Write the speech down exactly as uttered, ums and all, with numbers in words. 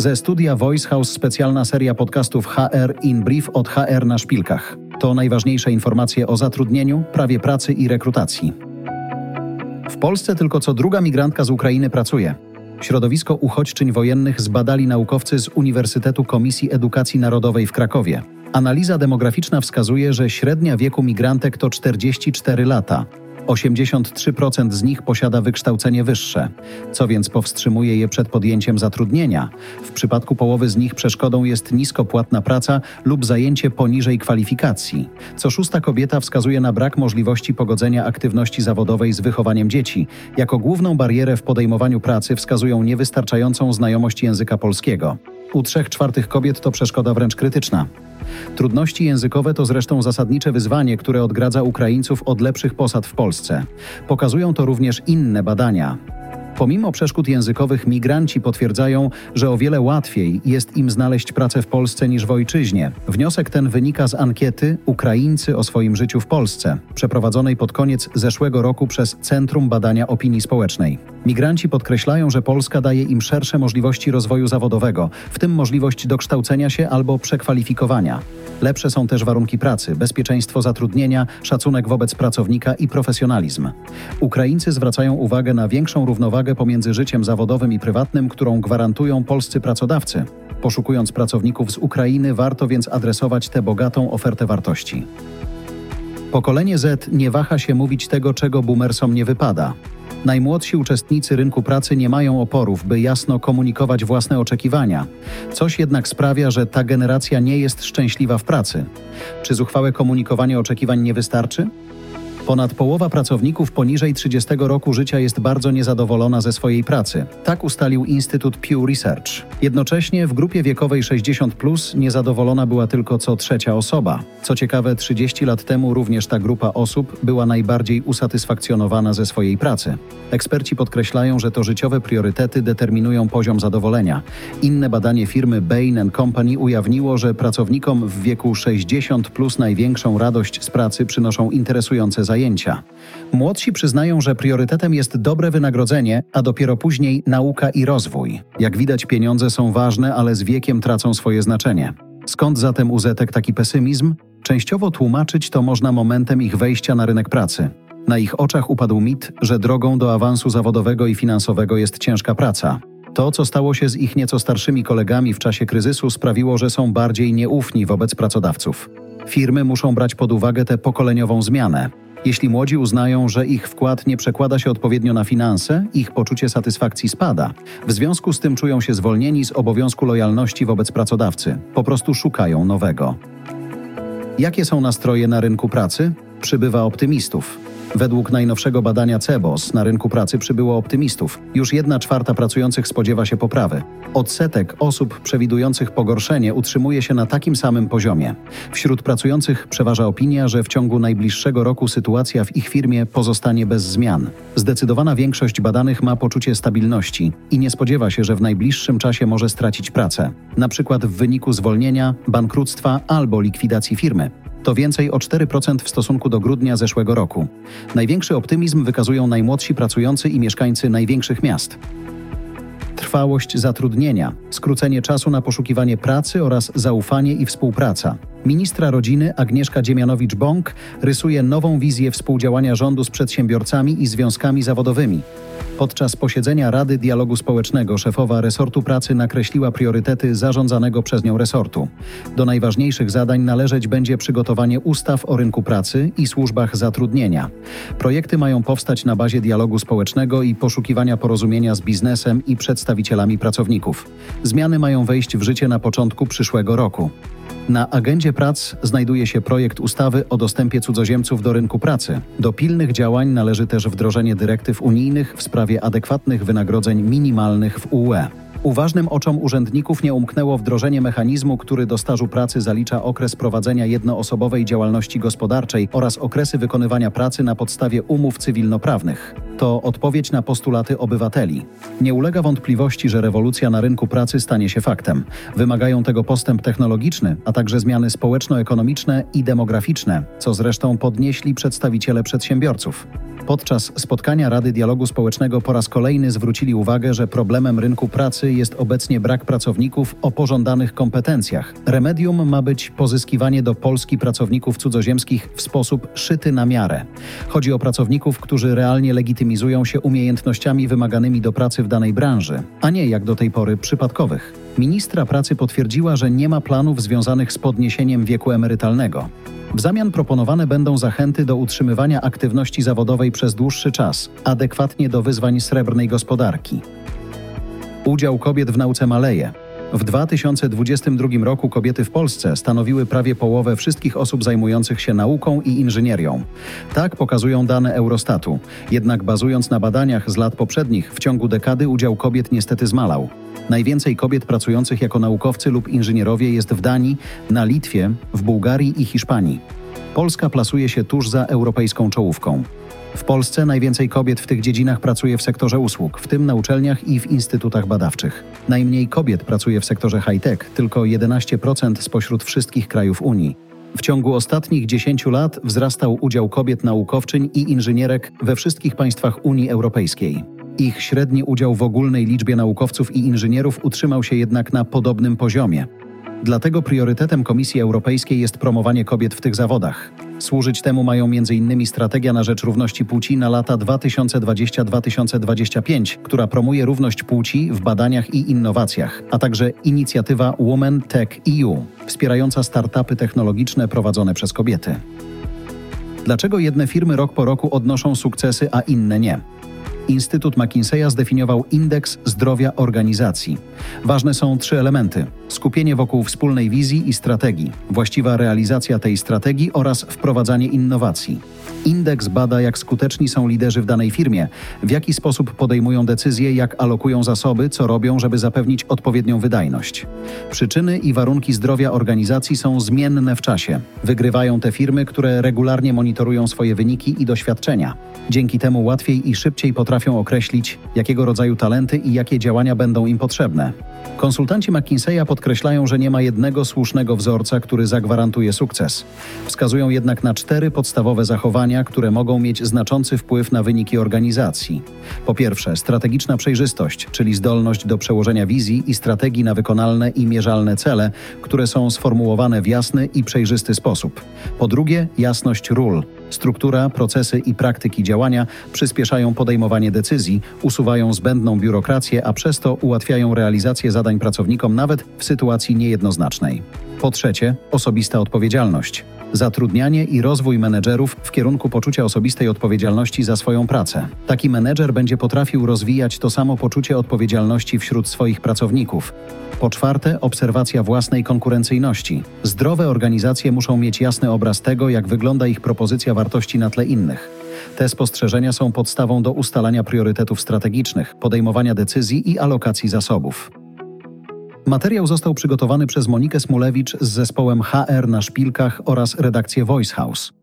Ze studia Voice House specjalna seria podcastów H R in Brief od H R na szpilkach. To najważniejsze informacje o zatrudnieniu, prawie pracy i rekrutacji. W Polsce tylko co druga migrantka z Ukrainy pracuje. Środowisko uchodźczyń wojennych zbadali naukowcy z Uniwersytetu Komisji Edukacji Narodowej w Krakowie. Analiza demograficzna wskazuje, że średnia wieku migrantek to czterdzieści cztery lata. osiemdziesiąt trzy procent z nich posiada wykształcenie wyższe, co więc powstrzymuje je przed podjęciem zatrudnienia. W przypadku połowy z nich przeszkodą jest niskopłatna praca lub zajęcie poniżej kwalifikacji. Co szósta kobieta wskazuje na brak możliwości pogodzenia aktywności zawodowej z wychowaniem dzieci. Jako główną barierę w podejmowaniu pracy wskazują niewystarczającą znajomość języka polskiego. U trzech czwartych kobiet to przeszkoda wręcz krytyczna. Trudności językowe to zresztą zasadnicze wyzwanie, które odgradza Ukraińców od lepszych posad w Polsce. Pokazują to również inne badania. Pomimo przeszkód językowych migranci potwierdzają, że o wiele łatwiej jest im znaleźć pracę w Polsce niż w ojczyźnie. Wniosek ten wynika z ankiety Ukraińcy o swoim życiu w Polsce, przeprowadzonej pod koniec zeszłego roku przez Centrum Badania Opinii Społecznej. Migranci podkreślają, że Polska daje im szersze możliwości rozwoju zawodowego, w tym możliwość dokształcenia się albo przekwalifikowania. Lepsze są też warunki pracy, bezpieczeństwo zatrudnienia, szacunek wobec pracownika i profesjonalizm. Ukraińcy zwracają uwagę na większą równowagę pomiędzy życiem zawodowym i prywatnym, którą gwarantują polscy pracodawcy. Poszukując pracowników z Ukrainy, warto więc adresować tę bogatą ofertę wartości. Pokolenie Z nie waha się mówić tego, czego boomersom nie wypada. Najmłodsi uczestnicy rynku pracy nie mają oporów, by jasno komunikować własne oczekiwania. Coś jednak sprawia, że ta generacja nie jest szczęśliwa w pracy. Czy zuchwałe komunikowanie oczekiwań nie wystarczy? Ponad połowa pracowników poniżej trzydziestego roku życia jest bardzo niezadowolona ze swojej pracy. Tak ustalił Instytut Pew Research. Jednocześnie w grupie wiekowej sześćdziesiąt plus niezadowolona była tylko co trzecia osoba. Co ciekawe, trzydzieści lat temu również ta grupa osób była najbardziej usatysfakcjonowana ze swojej pracy. Eksperci podkreślają, że to życiowe priorytety determinują poziom zadowolenia. Inne badanie firmy Bain and Company ujawniło, że pracownikom w wieku sześćdziesiąt plus największą radość z pracy przynoszą interesujące zajęcia. Zajęcia. Młodsi przyznają, że priorytetem jest dobre wynagrodzenie, a dopiero później nauka i rozwój. Jak widać, pieniądze są ważne, ale z wiekiem tracą swoje znaczenie. Skąd zatem u Zetek taki pesymizm? Częściowo tłumaczyć to można momentem ich wejścia na rynek pracy. Na ich oczach upadł mit, że drogą do awansu zawodowego i finansowego jest ciężka praca. To, co stało się z ich nieco starszymi kolegami w czasie kryzysu, sprawiło, że są bardziej nieufni wobec pracodawców. Firmy muszą brać pod uwagę tę pokoleniową zmianę. Jeśli młodzi uznają, że ich wkład nie przekłada się odpowiednio na finanse, ich poczucie satysfakcji spada. W związku z tym czują się zwolnieni z obowiązku lojalności wobec pracodawcy. Po prostu szukają nowego. Jakie są nastroje na rynku pracy? Przybywa optymistów. Według najnowszego badania Cebos na rynku pracy przybyło optymistów. Już jedna czwarta pracujących spodziewa się poprawy. Odsetek osób przewidujących pogorszenie utrzymuje się na takim samym poziomie. Wśród pracujących przeważa opinia, że w ciągu najbliższego roku sytuacja w ich firmie pozostanie bez zmian. Zdecydowana większość badanych ma poczucie stabilności i nie spodziewa się, że w najbliższym czasie może stracić pracę. Na przykład w wyniku zwolnienia, bankructwa albo likwidacji firmy. To więcej o cztery procent w stosunku do grudnia zeszłego roku. Największy optymizm wykazują najmłodsi pracujący i mieszkańcy największych miast. Trwałość zatrudnienia, skrócenie czasu na poszukiwanie pracy oraz zaufanie i współpraca. Ministra rodziny Agnieszka Dziemianowicz-Bąk rysuje nową wizję współdziałania rządu z przedsiębiorcami i związkami zawodowymi. Podczas posiedzenia Rady Dialogu Społecznego szefowa resortu pracy nakreśliła priorytety zarządzanego przez nią resortu. Do najważniejszych zadań należeć będzie przygotowanie ustaw o rynku pracy i służbach zatrudnienia. Projekty mają powstać na bazie dialogu społecznego i poszukiwania porozumienia z biznesem i przedstawicielami pracowników. Zmiany mają wejść w życie na początku przyszłego roku. Na agendzie prac znajduje się projekt ustawy o dostępie cudzoziemców do rynku pracy. Do pilnych działań należy też wdrożenie dyrektyw unijnych w sprawie adekwatnych wynagrodzeń minimalnych w U E. Uważnym oczom urzędników nie umknęło wdrożenie mechanizmu, który do stażu pracy zalicza okres prowadzenia jednoosobowej działalności gospodarczej oraz okresy wykonywania pracy na podstawie umów cywilnoprawnych. To odpowiedź na postulaty obywateli. Nie ulega wątpliwości, że rewolucja na rynku pracy stanie się faktem. Wymagają tego postęp technologiczny, a także zmiany społeczno-ekonomiczne i demograficzne, co zresztą podnieśli przedstawiciele przedsiębiorców. Podczas spotkania Rady Dialogu Społecznego po raz kolejny zwrócili uwagę, że problemem rynku pracy pracy jest obecnie brak pracowników o pożądanych kompetencjach. Remedium ma być pozyskiwanie do Polski pracowników cudzoziemskich w sposób szyty na miarę. Chodzi o pracowników, którzy realnie legitymizują się umiejętnościami wymaganymi do pracy w danej branży, a nie jak do tej pory przypadkowych. Ministra pracy potwierdziła, że nie ma planów związanych z podniesieniem wieku emerytalnego. W zamian proponowane będą zachęty do utrzymywania aktywności zawodowej przez dłuższy czas, adekwatnie do wyzwań srebrnej gospodarki. Udział kobiet w nauce maleje. W dwa tysiące dwudziestym drugim roku kobiety w Polsce stanowiły prawie połowę wszystkich osób zajmujących się nauką i inżynierią. Tak pokazują dane Eurostatu. Jednak bazując na badaniach z lat poprzednich, w ciągu dekady udział kobiet niestety zmalał. Najwięcej kobiet pracujących jako naukowcy lub inżynierowie jest w Danii, na Litwie, w Bułgarii i Hiszpanii. Polska plasuje się tuż za europejską czołówką. W Polsce najwięcej kobiet w tych dziedzinach pracuje w sektorze usług, w tym na uczelniach i w instytutach badawczych. Najmniej kobiet pracuje w sektorze high-tech, tylko jedenaście procent spośród wszystkich krajów Unii. W ciągu ostatnich dziesięciu lat wzrastał udział kobiet naukowczyń i inżynierek we wszystkich państwach Unii Europejskiej. Ich średni udział w ogólnej liczbie naukowców i inżynierów utrzymał się jednak na podobnym poziomie. Dlatego priorytetem Komisji Europejskiej jest promowanie kobiet w tych zawodach. Służyć temu mają między innymi Strategia na rzecz równości płci na lata dwa tysiące dwudziesty do dwa tysiące dwudziestego piątego, która promuje równość płci w badaniach i innowacjach, a także inicjatywa Women Tech E U, wspierająca startupy technologiczne prowadzone przez kobiety. Dlaczego jedne firmy rok po roku odnoszą sukcesy, a inne nie? Instytut McKinseya zdefiniował indeks zdrowia organizacji. Ważne są trzy elementy: skupienie wokół wspólnej wizji i strategii, właściwa realizacja tej strategii oraz wprowadzanie innowacji. Indeks bada, jak skuteczni są liderzy w danej firmie, w jaki sposób podejmują decyzje, jak alokują zasoby, co robią, żeby zapewnić odpowiednią wydajność. Przyczyny i warunki zdrowia organizacji są zmienne w czasie. Wygrywają te firmy, które regularnie monitorują swoje wyniki i doświadczenia. Dzięki temu łatwiej i szybciej potrafią określić, jakiego rodzaju talenty i jakie działania będą im potrzebne. Konsultanci McKinseya podkreślają, że nie ma jednego słusznego wzorca, który zagwarantuje sukces. Wskazują jednak na cztery podstawowe zachowania, które mogą mieć znaczący wpływ na wyniki organizacji. Po pierwsze, strategiczna przejrzystość, czyli zdolność do przełożenia wizji i strategii na wykonalne i mierzalne cele, które są sformułowane w jasny i przejrzysty sposób. Po drugie, jasność ról. Struktura, procesy i praktyki działania przyspieszają podejmowanie decyzji, usuwają zbędną biurokrację, a przez to ułatwiają realizację zadań pracownikom nawet w sytuacji niejednoznacznej. Po trzecie, osobista odpowiedzialność. Zatrudnianie i rozwój menedżerów w kierunku poczucia osobistej odpowiedzialności za swoją pracę. Taki menedżer będzie potrafił rozwijać to samo poczucie odpowiedzialności wśród swoich pracowników. Po czwarte, obserwacja własnej konkurencyjności. Zdrowe organizacje muszą mieć jasny obraz tego, jak wygląda ich propozycja wartości na tle innych. Te spostrzeżenia są podstawą do ustalania priorytetów strategicznych, podejmowania decyzji i alokacji zasobów. Materiał został przygotowany przez Monikę Smulewicz z zespołem H R na Szpilkach oraz redakcję Voice House.